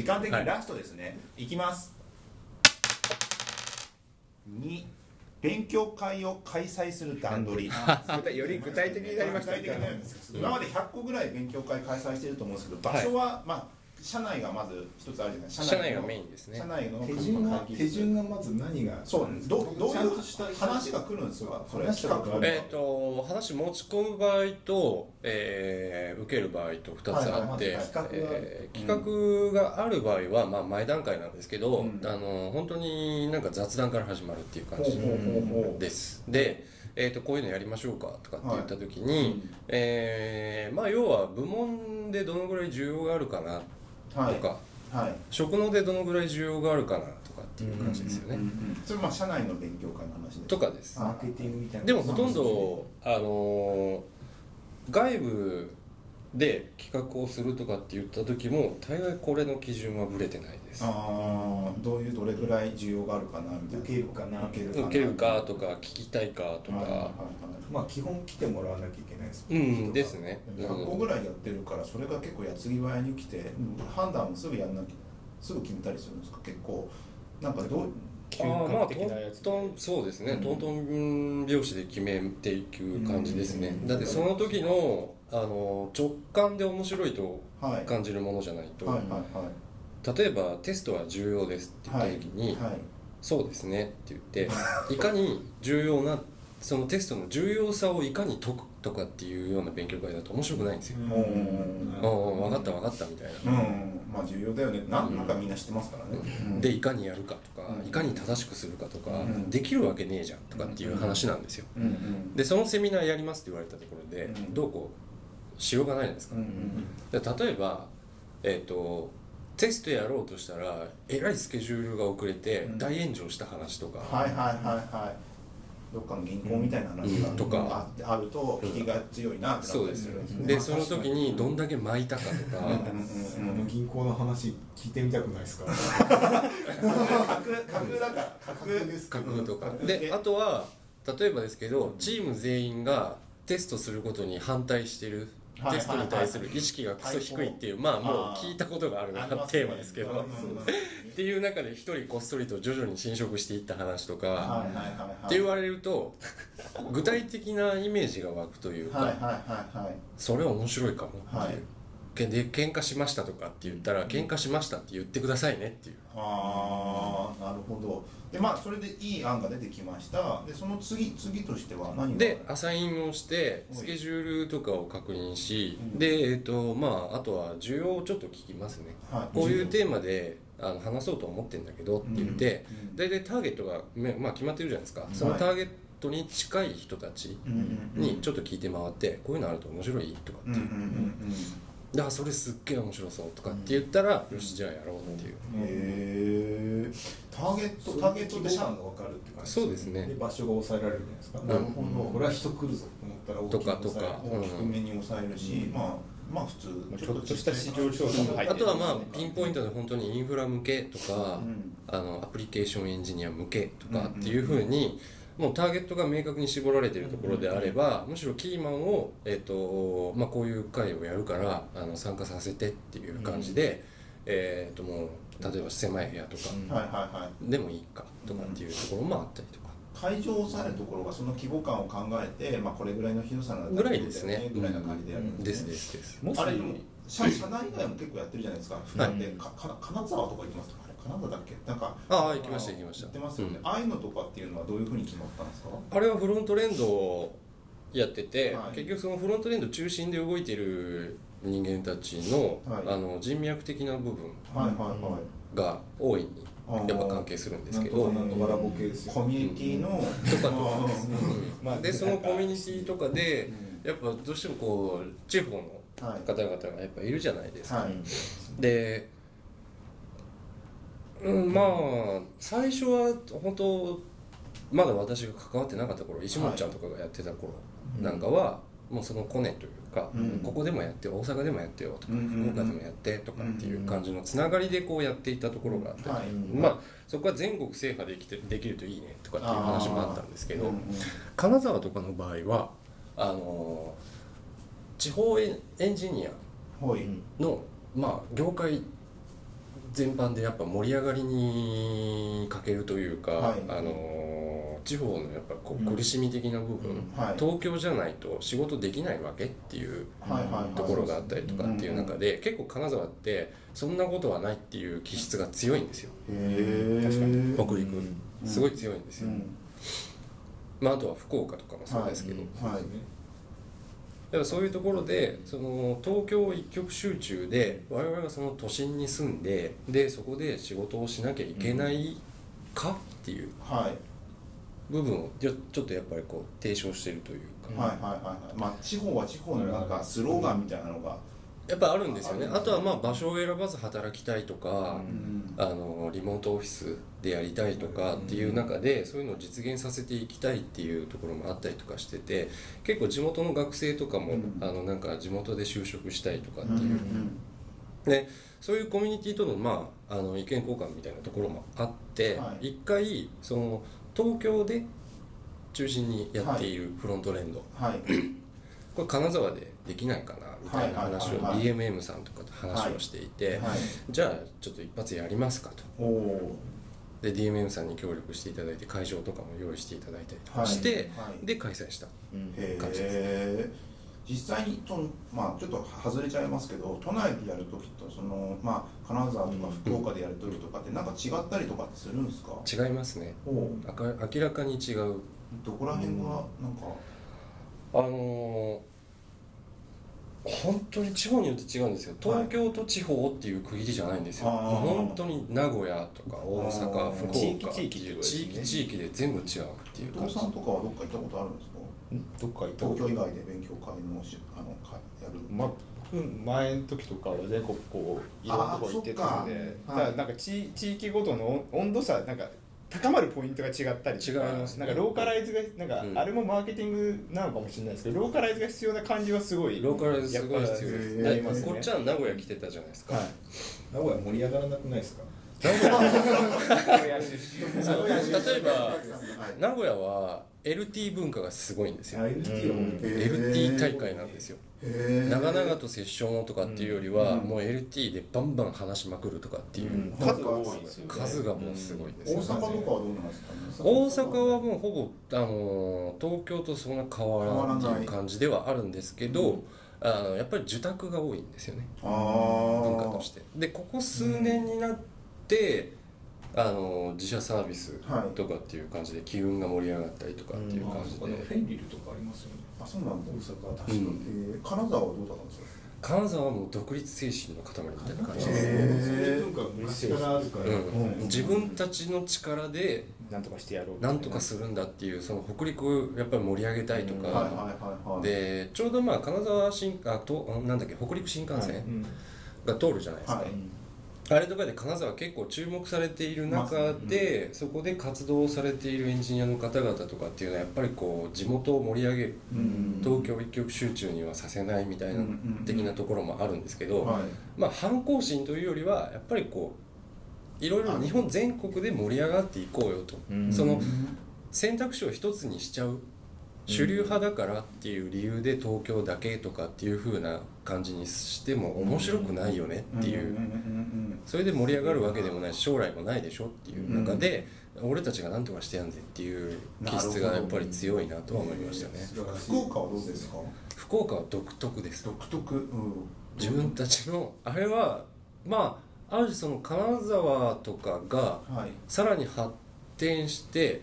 間的にラストですね、いきます。2、勉強会を開催する段取り。 より具体的になりましたね。 今まで100個ぐらい勉強会開催していると思うんですけど、場所は、まあ社内がまず一つあるじゃないですか。 社内がメインですね。 社内の手順がまず何が、 そうどういう話が来るんですか。それ話持ち込む場合と、受ける場合と2つあって、企画がある場合は、まあ、前段階なんですけど、本当になんか雑談から始まるっていう感じです。で、こういうのやりましょうかとかって言った時に、まあ要は部門でどのぐらい需要があるかなとか、職能でどのぐらい需要があるかなとかっていう感じですよね。 それまあ社内の勉強会の話とかです。 マーケティングみたいな。 でもほとんど外部で企画をするとかって言った時も大概これの基準はぶれてないです。 どれぐらい需要があるかなみたいな。 受けるかな、 受けるかとか聞きたいかとか、 まあ基本来てもらわなきゃいけないですですね。 100個ぐらいやってるから、それが結構矢継ぎ早に来て、判断もすぐやんなきゃ、すぐ決めたりするんですか。結構なんかどうまあそうですね、トントン拍子で決めていく感じですね。だってその時の直感で面白いと感じるものじゃないと、例えばテストは重要ですって言った時に、そうですねって言っていかに重要なそのテストの重要さをいかに解くとかっていうような勉強会だと面白くないんですよ。分かったみたいな。 まあ重要だよね。なんかみんな知ってますからね。 でいかにやるかとか、いかに正しくするかとか、できるわけねえじゃんとかっていう話なんですよ。でそのセミナーやりますって言われたところでどうこうしようがないじゃないですか。で例えばテストやろうとしたらえらいスケジュールが遅れて大炎上した話とか。 どっかの銀行みたいな話がとかあると引きが強いなってなったりするんですね。 でその時にどんだけ巻いたかとか銀行の話聞いてみたくないですか。 架空とかで、あとは例えばですけどチーム全員がテストすることに反対してる、テストに対する意識がクソ低いっていう、まあもう聞いたことがあるテーマですけどっていう中で一人こっそりと徐々に侵食していった話とかって言われると具体的なイメージが湧くというか、それは面白いかもっていう。で喧嘩しましたとかって言ったら喧嘩しましたって言ってくださいねっていう。 なるほど。でまあそれでいい案が出てきました。でその次としては何でアサインをしてスケジュールとかを確認し、でまああとは需要をちょっと聞きますね。こういうテーマで話そうと思ってんだけどって言って、大体ターゲットがまあ決まってるじゃないですか。そのターゲットに近い人たちにちょっと聞いて回ってこういうのあると面白いとかっていう。だからそれすっげえ面白そうとかって言ったら、よしじゃあやろうっていう。 ターゲットでシャンが分かるって感じ。 そうですね。 で場所が抑えられるじゃないですか。なるほど。これは人来るぞと思ったら大きめに抑えるし、まあ普通ちょっとした市場調査も入ってる。 あとはまあピンポイントで本当にインフラ向けとか、アプリケーションエンジニア向けとかっていう風に。もうターゲットが明確に絞られているところであれば、むしろキーマンを、まあ、こういう会をやるから参加させてっていう感じで、もう例えば狭い部屋とかでもいいかとかっていうところもあったりとか。 会場を抑えるところがその規模感を考えて、まあ、これぐらいの広さなんだぐらいですね。 ぐらいな感じでやるんですね。 ですあれでも社内以外も結構やってるじゃないですか。普段で金沢とか行きますか。金沢だっけなんか行きました行ってますよね。ああいうのとかっていうのはどういうふうに決まったんですか。 あれはフロントエンドをやってて、結局そのフロントエンド中心で動いている人間たちの、人脈的な部分が大いにやっぱ関係するんですけど、 コミュニティのとかでそのコミュニティとかでやっぱどうしてもこう地方の方々がやっぱいるじゃないですか。でまあ最初は本当まだ私が関わってなかった頃、石本ちゃんとかがやってた頃なんかはもうそのコネというか、ここでもやって大阪でもやってよとか、福岡でもやってとかっていう感じのつながりでこうやっていたところがあって、まあそこは全国制覇できるといいねとかっていう話もあったんですけど、金沢とかの場合は地方エンジニアのまあ業界全般でやっぱ盛り上がりに欠けるというか、 はい地方のやっぱこう苦しみ的な部分、 はい東京じゃないと仕事できないわけっていうはいはいはいところがあったりとかっていう中で、結構金沢ってそんなことはないっていう気質が強いんですよ。 へ確かに北陸すごい強いんですよ。まあ、あとは福岡とかもそうですけど、 はいだからそういうところでその東京一極集中で我々がその都心に住んでそこで仕事をしなきゃいけないかっていうはい部分をちょっとやっぱりこう提唱してるというか、 はいはいはいまあ地方は地方のなんかスローガンみたいなのがやっぱあるんですよね。あとはまあ場所を選ばず働きたいとか、リモートオフィスでやりたいとかっていう中でそういうのを実現させていきたいっていうところもあったりとかしてて、結構地元の学生とかも、なんか地元で就職したいとかっていう、でそういうコミュニティとの、まあ、意見交換みたいなところもあって、一回その東京で中心にやっているフロントレンド、これ金沢でできないかなみたいな話を DMM さんとかと話をしていて、じゃあちょっと一発やりますかと。で DMM さんに協力していただいて会場とかも用意していただいたりとかして、で開催した感じです。 実際にまあ、ちょっと外れちゃいますけど都内でやるときとまあ、金沢とか福岡でやるときとかってなんか違ったりとかってするんですか？ 違いますね。明らかに違う。 どこら辺がなんか本当に地方によって違うんですよ。東京と地方っていう区切りじゃないんですよ。もう本当に名古屋とか大阪、福岡地域で全部違うっていう感じ。 伊藤さんとかはどっか行ったことあるんですか？ どっか行った東京以外で勉強会のやる。 まあ、前の時とかは全国こういろんなとこ行ってたので、だからなんか地域ごとの温度差なんか高まるポイントが違ったりとか、 違いますね。 なんかローカライズがなんか、あれもマーケティングなのかもしれないですけど、ローカライズが必要な感じはすごい。 ローカライズすごい必要です。 やりますね。 こっちは名古屋来てたじゃないですか。 名古屋盛り上がらなくないですか？ 例えば名古屋は LT 文化がすごいんですよ。LT 大会なんですよ。長々とセッションをとかっていうよりは、もう LT でバンバン話しまくるとかっていう、 数が多いですよね。 数がもうすごいですよね。 大阪とかはどうなんですかね？ 大阪はもうほぼ東京とそんな変わらないっていう感じではあるんですけど、やっぱり受託が多いんですよね、文化として。でここ数年になって自社サービスとかっていう感じで機運が盛り上がったりとかっていう感じで、 フェンリルとかありますよね。 あ、そうなんだ。 大阪は確かに。 金沢はどうだったんですか？ 金沢はもう独立精神の塊みたいな感じです。 そういう文化が昔からあるから、 自分たちの力でなんとかしてやろう、 なんとかするんだっていう、その北陸をやっぱり盛り上げたいとかで、ちょうどまあ金沢なんだっけ、北陸新幹線が通るじゃないですか。あれとかで金沢結構注目されている中で、そこで活動されているエンジニアの方々とかっていうのはやっぱりこう地元を盛り上げる、東京一極集中にはさせないみたいな的なところもあるんですけど、まあ反抗心というよりはやっぱりこういろいろ日本全国で盛り上がっていこうよと、その選択肢を一つにしちゃう主流派だからっていう理由で東京だけとかっていう風な感じにしても面白くないよねっていう、それで盛り上がるわけでもないし将来もないでしょっていう中で、俺たちが何とかしてやんぜっていう気質がやっぱり強いなとは思いましたね。 福岡はどうですか？ 福岡は独特です。 独特、 自分たちのあれはまあある種その金沢とかがさらに発展して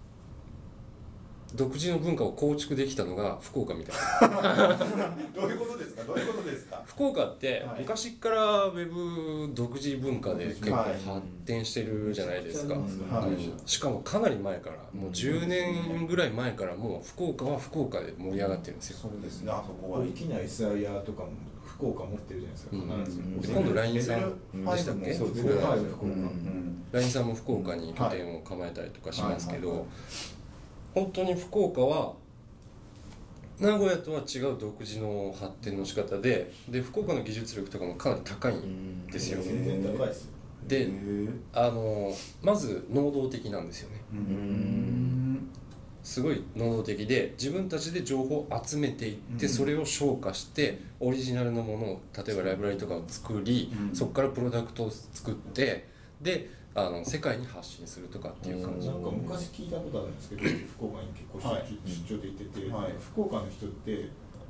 独自の文化を構築できたのが福岡みたいな。 どういうことですか？どういうことですか？ 福岡って昔からウェブ独自文化で結構発展してるじゃないですか。しかもかなり前から、もう10年ぐらい前からもう福岡は福岡で盛り上がってるんですよ。 そうですね。あそこは大きな SIR とかも福岡持ってるじゃないですか。必ず。 今度 LINE さんでしたっけ？ そうですね。 LINE さんも福岡に拠点を構えたりとかしますけど、本当に福岡は名古屋とは違う独自の発展の仕方で、福岡の技術力とかもかなり高いんですよ。 全然高いですよ。 で、まず能動的なんですよね。 すごい能動的で自分たちで情報を集めていってそれを消化してオリジナルのものを例えばライブラリとかを作りそこからプロダクトを作ってで世界に発信するとかっていう感じ。 なんか昔聞いたことあるんですけど福岡に結構出張で行ってて、福岡の人って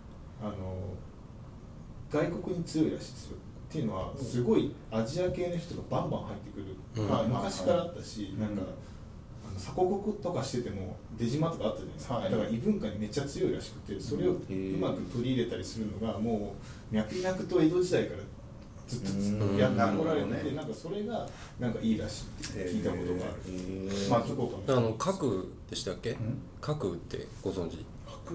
外国に強いらしいですよ。っていうのはすごいアジア系の人がバンバン入ってくる、昔からあったし、なんか鎖国とかしてても出島とかあったじゃないですか、だから異文化にめっちゃ強いらしくてそれをうまく取り入れたりするのがもう脈々と江戸時代からずっとやってこられてて、なんかそれがなんかいいらしいって聞いたことがある。まあ聞こうかも。 核でしたっけ？核ってご存知？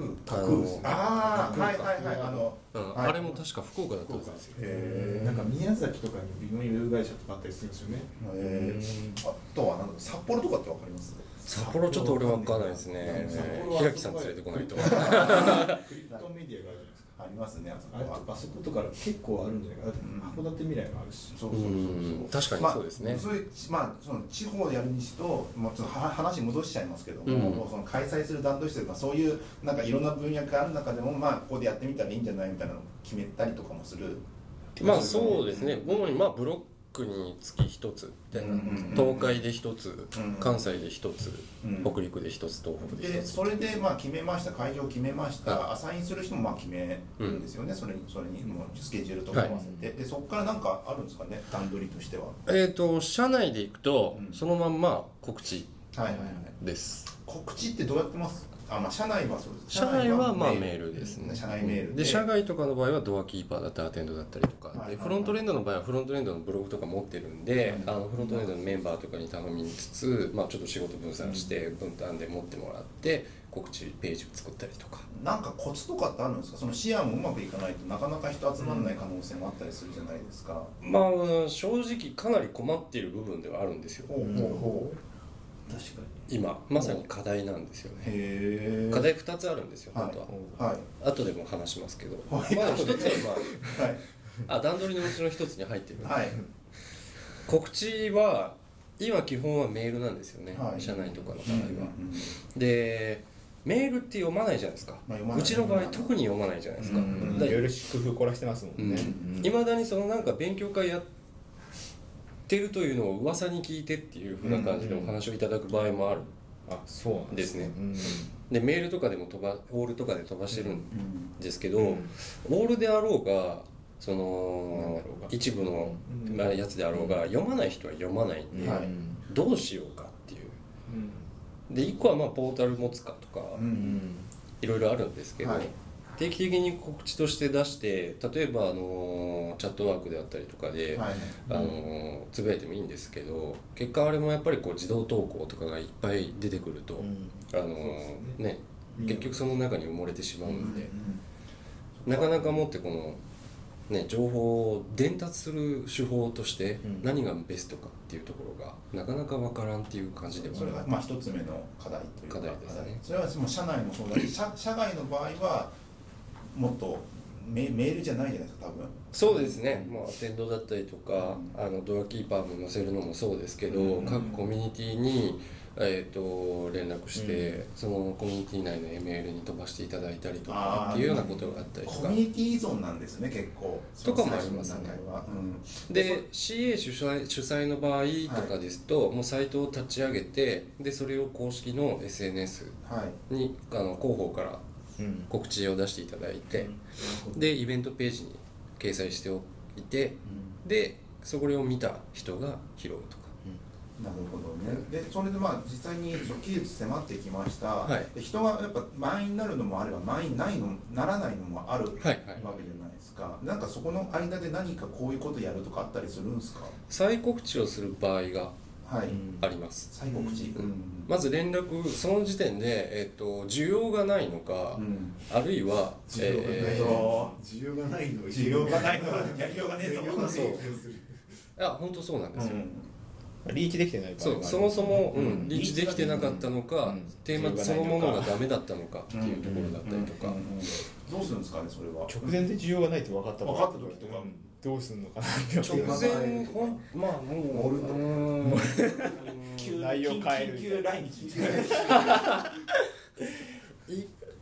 あれも確か福岡だったんですよ。 なんか宮崎とかにビニール会社とかあったりするんですよね。 あとはなんか札幌とかってわかります？ 札幌ちょっと俺わかんないですね。平木さん連れてこないと。 クリプトメディアがあるじゃないですか。 ありますね。 あそことか結構あるんじゃないかな。函館未来もあるし。 確かにそうですね。 そういうその地方でやるにしと、ちょっと話戻しちゃいますけども、その開催する段取りというかそういうなんかいろんな分野がある中でもここでやってみたらいいんじゃないみたいなのを決めたりとかもする。 そうですね。主にブロックにつき1つみたいな、東海で1つ、関西で1つ、北陸で1つ、東北で1つ。 でそれで決めました、会場決めました、アサインする人も決めるんですよね、それにもうスケジュールとか合わせて、でそこから何かあるんですかね、段取りとしては。 社内でいくと、そのまんま告知です。 告知ってどうやってます？社内はそうです。 社内はメールですね。 社内メールで社外とかの場合はドアキーパーだったりアテンドだったりとか、でフロントエンドの場合はフロントエンドのブログとか持ってるんで、フロントエンドのメンバーとかに頼みつつ、ちょっと仕事分散して分担で持ってもらって告知ページを作ったりとか。 なんかコツとかってあるんですか？その視野もうまくいかないとなかなか人集まらない可能性もあったりするじゃないですか。 正直かなり困っている部分ではあるんですよ。確かに今まさに課題なんですよね。課題2つあるんですよ、本当は。後でも話しますけど、1つは段取りのうちの1つに入ってる。告知は今基本はメールなんですよね、社内とかの場合は。でメールって読まないじゃないですか。うちの場合特に読まないじゃないですか。 いろいろ工夫凝らしてますもんね。 いまだになんか勉強会やってるというのを噂に聞いてっていう風な感じでお話をいただく場合もあるんですね。でメールとかでもオールとかで飛ばしてるんですけど、オールであろうが一部のやつであろうが読まない人は読まないんで、どうしようかっていう。で1個はポータル持つかとかいろいろあるんですけど、定期的に告知として出して、例えばチャットワークであったりとかでつぶやいてもいいんですけど、結果あれもやっぱり自動投稿とかがいっぱい出てくると、結局その中に埋もれてしまうんで、なかなかもって情報を伝達する手法として何がベストかっていうところがなかなか分からんっていう感じではある。 それが一つ目の課題というか。 課題ですね。 それはもう社内もそうだし、社外の場合はもっとメールじゃないじゃないですか、多分。 そうですね。アテンドだったりとか、ドアキーパーも載せるのもそうですけど、各コミュニティに連絡して、そのコミュニティ内の ML に飛ばしていただいたりとかっていうようなことがあったりとか。 コミュニティ依存なんですね、結構。 とかもありますね。で CA 主催の場合とかですと、もうサイトを立ち上げて、でそれを公式の SNS に広報から告知を出していただいて、でイベントページに掲載しておいて、でそれを見た人が拾うとか。 なるほどね。でそれで実際に期日迫ってきました、で人がやっぱ満員になるのもあれば満員ならないのもあるわけじゃないですか。なんかそこの間で何かこういうことやるとかあったりするんですか？ 再告知をする場合があります。 再告知、 まず連絡、その時点で、需要がないのか、あるいは需要がないのはやりようがねえぞ。 そう、いや本当そうなんですよ。 リーチできてない場合もある。 そもそもリーチできてなかったのか、テーマそのものがダメだったのかっていうところだったりとか。 どうするんですかね、それは。 直前で需要がないって分かった時とかどうするのかな。 直前もう内容変える。 緊急来日。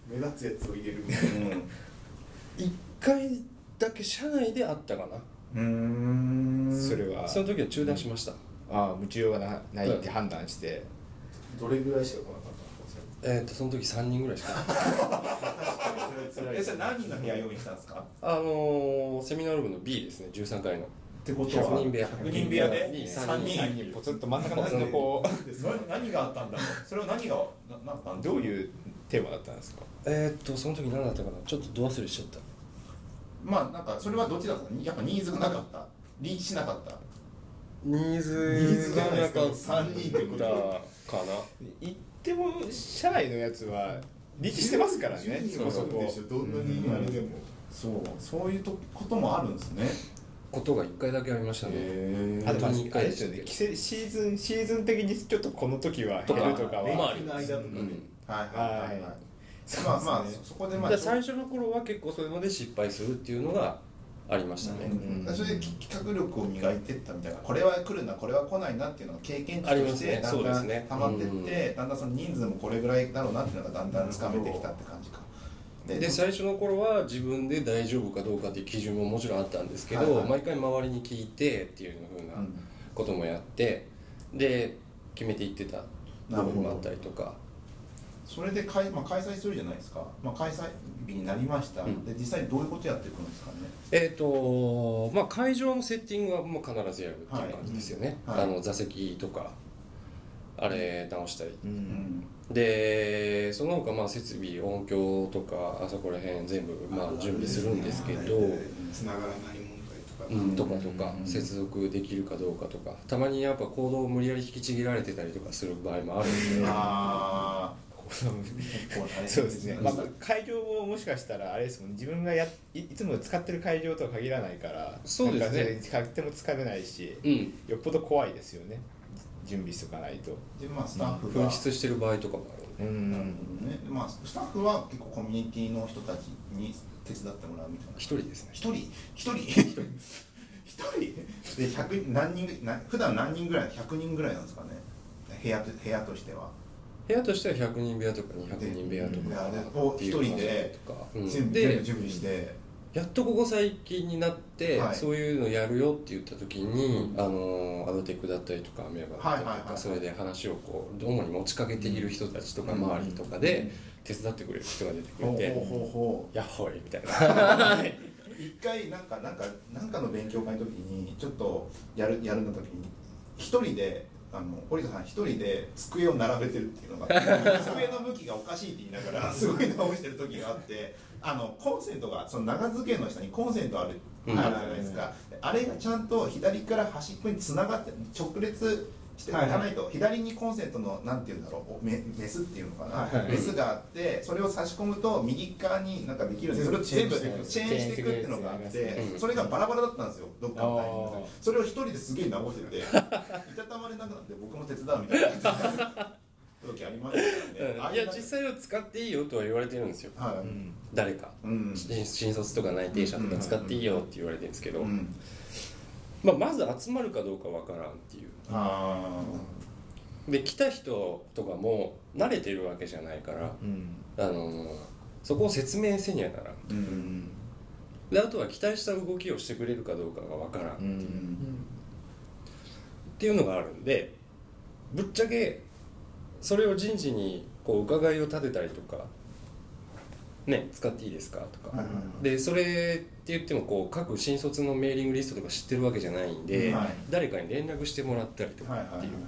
目立つやつを入れるみたいな、 1回だけ社内であったかな。 それはその時は中断しました。 無需要がないって判断して、 どれぐらいしか来なかったんですか？ その時3人ぐらいしかそれ何人の部屋用意したんですか？ セミナールームの B ですね、13階の。 ってことは 100人部屋 100人部屋で 3人ポツッと真ん中のこう何があったんだろう。それは何がなったんですか？ どういうテーマだったんですか？ その時何だったかな、ちょっとど忘れしちゃった。 まあなんかそれはどっちだったの？やっぱニーズがなかった、リーチしなかった。 ニーズがなかった 3人ってことかな。 言っても社内のやつはリーチしてますからね。 そこそこどんなにあれでも、 そういうこともあるんですね。 ことが1回だけありましたね。 あと1回ですよね。シーズン的にちょっとこの時は減るとかは連休の間とかね。はいまあそこで最初の頃は結構そういうので失敗するっていうのがありましたね。 それで企画力を磨いていったみたいな、これは来るなこれは来ないなっていうのが経験値としてだんだん溜まっていって、だんだんその人数もこれぐらいだろうなっていうのがだんだんつかめてきたって感じか。 で最初の頃は自分で大丈夫かどうかっていう基準ももちろんあったんですけど、毎回周りに聞いてっていうふうなこともやってで決めていってた部分もあったりとか。 それで開催するじゃないですか、開催日になりました、で実際にどういうことやっていくんですかね。 会場のセッティングはもう必ずやるっていう感じですよね。座席とかあれ直したり、でその他設備音響とかあそこら辺全部準備するんですけど、 つながらない問題とか接続できるかどうかとか、たまにやっぱコードを無理やり引きちぎられてたりとかする場合もあるんで。 そうですね。会場ももしかしたらあれですもん、自分がいつも使ってる会場とは限らないから、 そうですね。 買っても使えないし、よっぽど怖いですよね。準備しとかないと。 でスタッフが紛失してる場合とかもあるんで。 スタッフは結構コミュニティの人たちに手伝ってもらうみたいな。 一人ですね。 一人で何人普段何人ぐらい100人ぐらいなんですかね。部屋としては。 部屋としては100人部屋とか200人部屋とかを一人で全部準備して、 やっとここ最近になって、そういうのやるよって言った時に、アドテックだったりとかアメーバだったりとか、それで話を主に持ちかけている人たちとか周りとかで手伝ってくれる人が出てくれて、やっほいみたいな。 一回なんかの勉強会の時にちょっとやるの時に一人で堀田さん一人で机を並べてるっていうのが机の向きがおかしいって言いながらすごい直してる時があって、コンセントがその長机の下にコンセントあるじゃないですか。あれがちゃんと左から端っこにつながって直列していかないと、左にコンセントのなんていうんだろう、メスっていうのかな、メスがあって、それを差し込むと右側になんかできるんで、それを全部チェーンしていくっていうのがあって、それがバラバラだったんですよ、どっかのタイミングで。それを一人ですげえ直してて、いたたまれなくなって僕も手伝うみたいな時ありましたからね。 いや実際は使っていいよとは言われてるんですよ、誰か、新卒とか内定者とか使っていいよって言われてるんですけど、まず集まるかどうかわからんっていう。で来た人とかも慣れてるわけじゃないから、そこを説明せにゃならん、であとは期待した動きをしてくれるかどうかがわからんっていうのがあるんで、ぶっちゃけそれを人事にこう伺いを立てたりとかね、使っていいですかとか、でそれって言ってもこう各新卒のメーリングリストとか知ってるわけじゃないんで、誰かに連絡してもらったりとかっていう、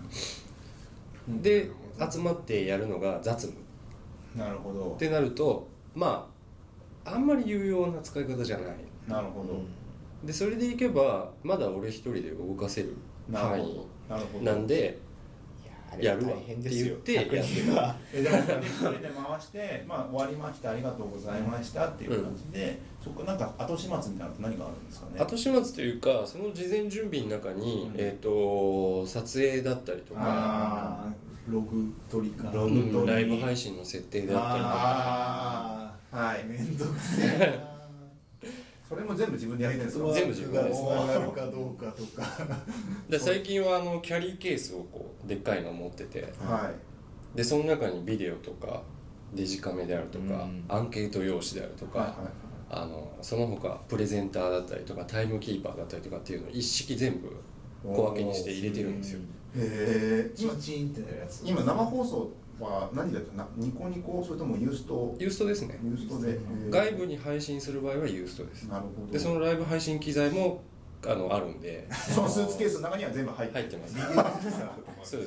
で集まってやるのが雑務ってなると、あんまり有用な使い方じゃない。 なるほど。 でそれでいけばまだ俺一人で動かせる範囲なんでやるわって言ってやってる。 でもそれで回して、終わりましたありがとうございましたっていう感じで、そこなんか後始末みたいなのって何があるんですかね。 後始末というか、その事前準備の中に、撮影だったりとか、 ログ取りかライブ配信の設定であったりとか、 面倒くせえな。それも全部自分でやりたいですか。 全部自分でです。 終わるかどうかとか。 で最近はキャリーケースをこうでっかいの持ってて、でその中にビデオとかデジカメであるとか、アンケート用紙であるとか、その他プレゼンターだったりとかタイムキーパーだったりとかっていうのを一式全部小分けにして入れてるんですよ。 へえ。 チンチンってなるやつ。 今生放送は何だったな、ニコニコそれともユースト？ ユーストですね。 ユーストで外部に配信する場合はユーストです。 なるほど。 でそのライブ配信機材もあるんで、 そのスーツケースの中には全部入ってます。そうです。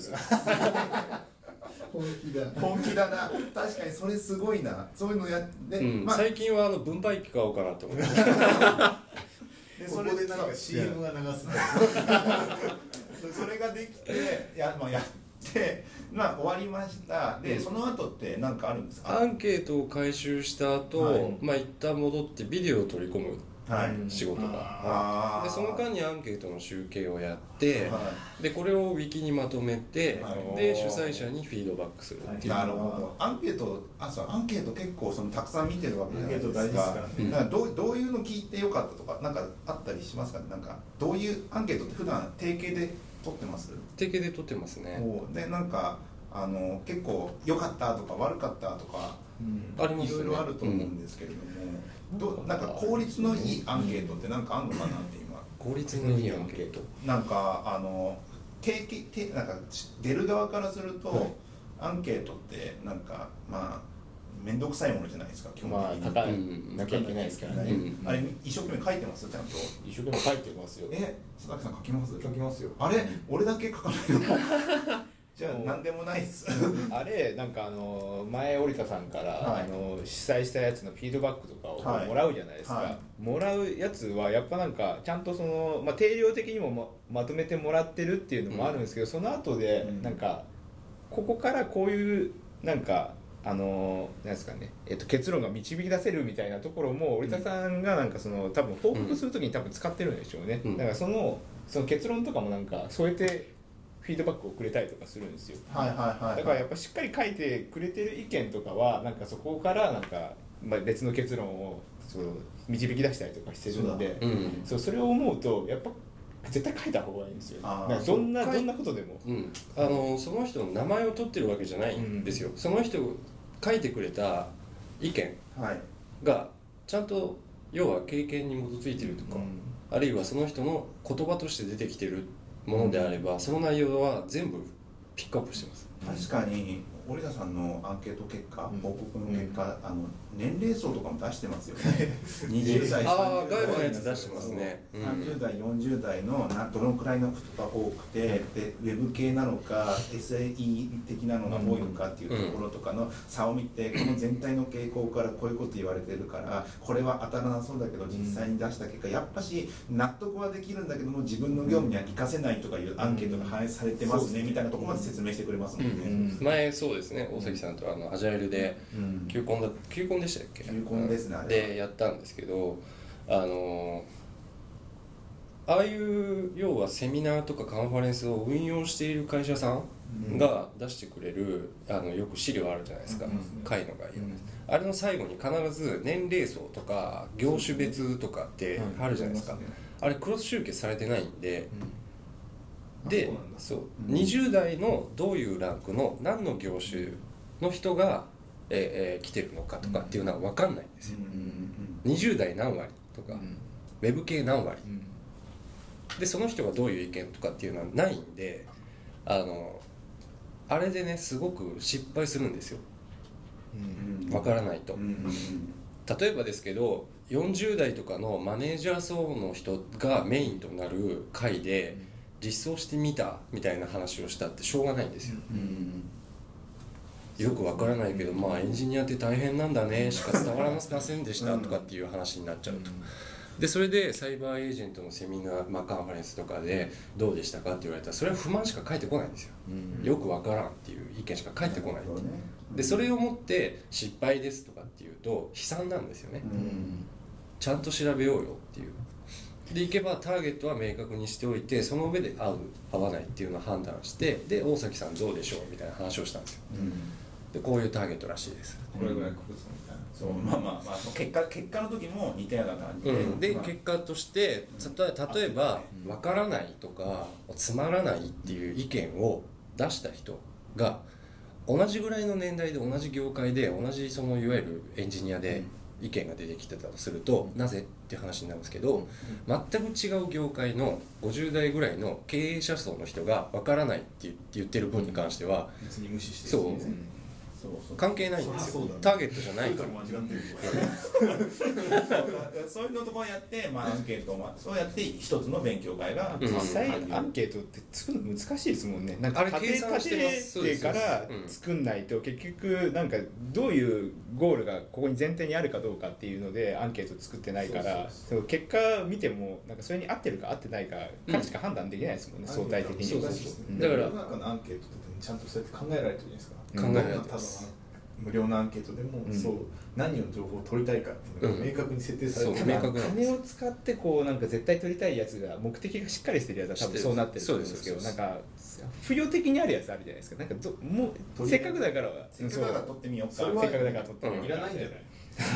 本気だな。確かにそれすごいな。そういうのやって、 最近は分配器買おうかなと思って。 でそれでなんか CM が流すんだよ。 それができてやって終わりました。でその後って何かあるんですか？ アンケートを回収した後、一旦戻ってビデオを取り込む仕事が、でその間にアンケートの集計をやって、でこれをウィキにまとめて、で主催者にフィードバックするっていう。 なるほど。アンケート結構たくさん見てるわけじゃないですか。だからどういうの聞いてよかったとかなんかあったりしますかね？なんかどういうアンケートって普段定型で取ってます？定型で取ってますね。でなんか結構良かったとか悪かったとか、ありますね。いろいろあると思うんですけれども、なんか効率のいいアンケートってなんかあるのかなって今。効率のいいアンケート。なんかなんか出る側からすると、アンケートってなんか面倒くさいものじゃないですか。基本的に。 書かなきゃいけないですからね。 あれ一生懸命書いてますちゃんと。 一生懸命書いてますよ。 佐々木さん書きます？ 書きますよ。 あれ俺だけ書かないの？じゃあ何でもないっす。 あれなんか前織田さんから、主催したやつのフィードバックとかをもらうじゃないですか、もらうやつはやっぱなんかちゃんと定量的にも まとめてもらってるっていうのもあるんですけど、その後でなんかここからこういうなんかなんですかね、結論が導き出せるみたいなところも織田さんがなんか多分報告するときに多分使ってるんでしょうね、だからその結論とかもなんか添えてフィードバックをくれたりとかするんですよ。だからやっぱしっかり書いてくれてる意見とかはなんかそこからなんか別の結論を導き出したりとかしてるので、それを思うとやっぱ絶対書いた方がいいんですよ。どんなことでも、 その人の名前を取ってるわけじゃないんですよ。その人書いてくれた意見がちゃんと要は経験に基づいてるとか、あるいはその人の言葉として出てきてるものであれば、その内容は全部ピックアップしてます。 確かに織田さんのアンケート結果、報告の結果、年齢層とかも出してますよね。20代、 外部のやつ出してますね。 30代、40代のどのくらいの人が多くて、でウェブ系なのか SAE 的なのが多いのかっていうところとかの差を見て、この全体の傾向からこういうこと言われてるから、これは当たらなそうだけど実際に出した結果やっぱし納得はできるんだけども自分の業務には活かせないとかいうアンケートが反映されてますねみたいなところまで説明してくれますもんね。 前そうですね、大崎さんとアジャイルで球根でしたっけ？ 球根ですね。 でやったんですけど、ああいう要はセミナーとかカンファレンスを運用している会社さんが出してくれるよく資料あるじゃないですか、会の概要、あれの最後に必ず年齢層とか業種別とかってあるじゃないですか、あれクロス集計されてないんで、20代のどういうランクの何の業種の人が、来てるのかとかっていうのは分かんないんですよ、20代何割とか、ウェブ系何割、でその人がどういう意見とかっていうのはないんで、あれでねすごく失敗するんですよ、分からないと。例えばですけど40代とかのマネージャー層の人がメインとなる会で実装してみたみたいな話をしたってしょうがないんですよ、よくわからないけど、エンジニアって大変なんだねしか伝わらませんでしたとかっていう話になっちゃうと、でそれでサイバーエージェントのセミナー、カンファレンスとかでどうでしたかって言われたらそれは不満しか返ってこないんですよ、よくわからんっていう意見しか返ってこない、でそれをもって失敗ですとかっていうと悲惨なんですよね、ちゃんと調べようよっていうでいけばターゲットは明確にしておいてその上で合う合わないっていうのを判断してで大崎さんどうでしょうみたいな話をしたんですよ、でこういうターゲットらしいです。 これぐらい来るぞみたいな。 そう結果の時も似たような感じで、結果として例えば分からないとかつまらないっていう意見を出した人が同じぐらいの年代で同じ業界で同じそのいわゆるエンジニアで意見が出てきてたとすると、なぜっていう話になるんですけど、全く違う業界の50代ぐらいの経営者層の人が分からないって言ってる分に関しては、 別に無視してそう関係ないんですよ。ターゲットじゃないから。 そういうのとこやって、まあ、アンケートをそうやって一つの勉強会が、 実際アンケートって作るの難しいですもんね。なんかあれ計算してます。 てから作んないと結局なんかどういうゴールがここに前提にあるかどうかっていうのでアンケート作ってないから、結果見てもなんかそれに合ってるか合ってないかからしか判断できないですもんね、相対的に。 だから世の中のアンケートってちゃんとそうやって考えられてるじゃないですか。 考えられてます。 無料のアンケートでも、そう何の情報を取りたいかっていうのが明確に設定されてる、 金を使ってこうなんか絶対取りたいやつが目的がしっかりしてるやつは多分そうなってると思うんですけど、なんか不要的にあるやつあるじゃないですか。なんかもうせっかくだから取ってみようか、 せっかくだから取ってみよう、 いらないんじゃない。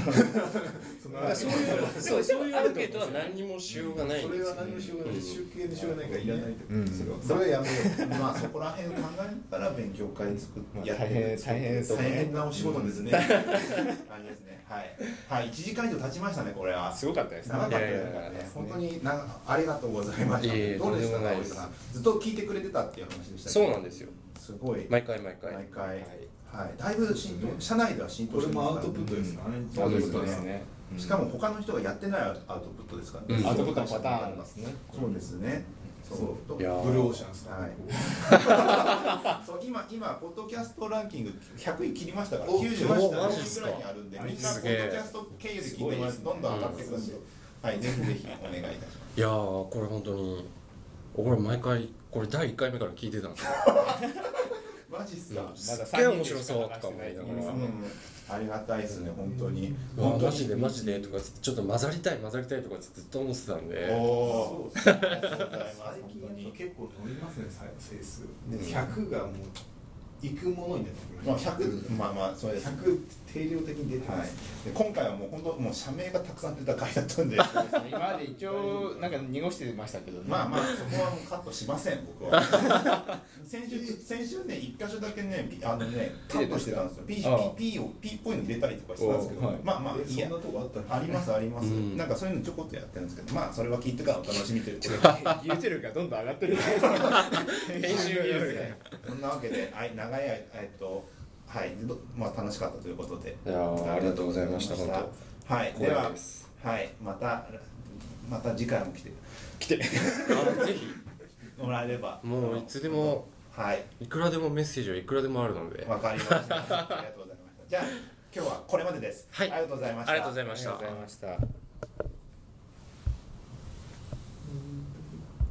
そういうアンケートは何にもしようがないんですよ。 それは何もしようがない。集計でしようがないからいらないってこと。 それはやめよう。まあそこら辺を考えながら勉強会作ってやってる。大変なお仕事ですね。大変ですね。はい。1時間以上経ちましたね、これは。 すごかったですね。 長かったですね。本当にありがとうございました。どうでしたか、大井さん。ずっと聞いてくれてたっていう話でした。 そうなんですよ。 すごい。 毎回。 はい、だいぶ社内では浸透してますから。 これもアウトプットですかね。 アウトプットですね。 しかも他の人がやってないアウトプットですからね。アウトプットのパターンありますね。 そうですね。そうブルーオーシャンさん。 はい。そう今ポッドキャストランキング100位切りましたから98位ぐらいにあるんで、みんなポッドキャスト経由で聞いてもらってどんどん上がっていくんで、はい、ぜひぜひお願いいたします。 いやー、これ本当に俺毎回これ第1回目から聞いてたんですよ。 マジっすか。 すっげえ面白そうとか思いながら、 ありがたいですね、本当に。 マジでとかちょっと混ざりたいとかずっと思ってたんで。 おお。 最近結構伸びますね、整数。100がもう行くものになってきました。 100、まあそれで 100定量的に出てます。 今回はもう本当もう社名がたくさん出た回だったんで、 今まで一応なんか濁してましたけどね。 まあそこはもうカットしません、僕は。先週ね、一箇所だけねカットしてたんですよ。P っぽいの入れたりとかしてたんですけど、まあいや、 そんなとこあった。 あります。なんかそういうのちょこっとやってるんですけど、まあそれは聞いてからお楽しみということで。 技術力がどんどん上がってる。編集技術ね。 そんなわけで長いはい、まあ楽しかったということで。 いやありがとうございました。本当。はい、でははいまた次回も来てぜひもらえれば。 もういつでもいくらでもメッセージはいくらでもあるので。 わかりました。ありがとうございました。じゃあ今日はこれまでです。 はい。 ありがとうございました。 ありがとうございました。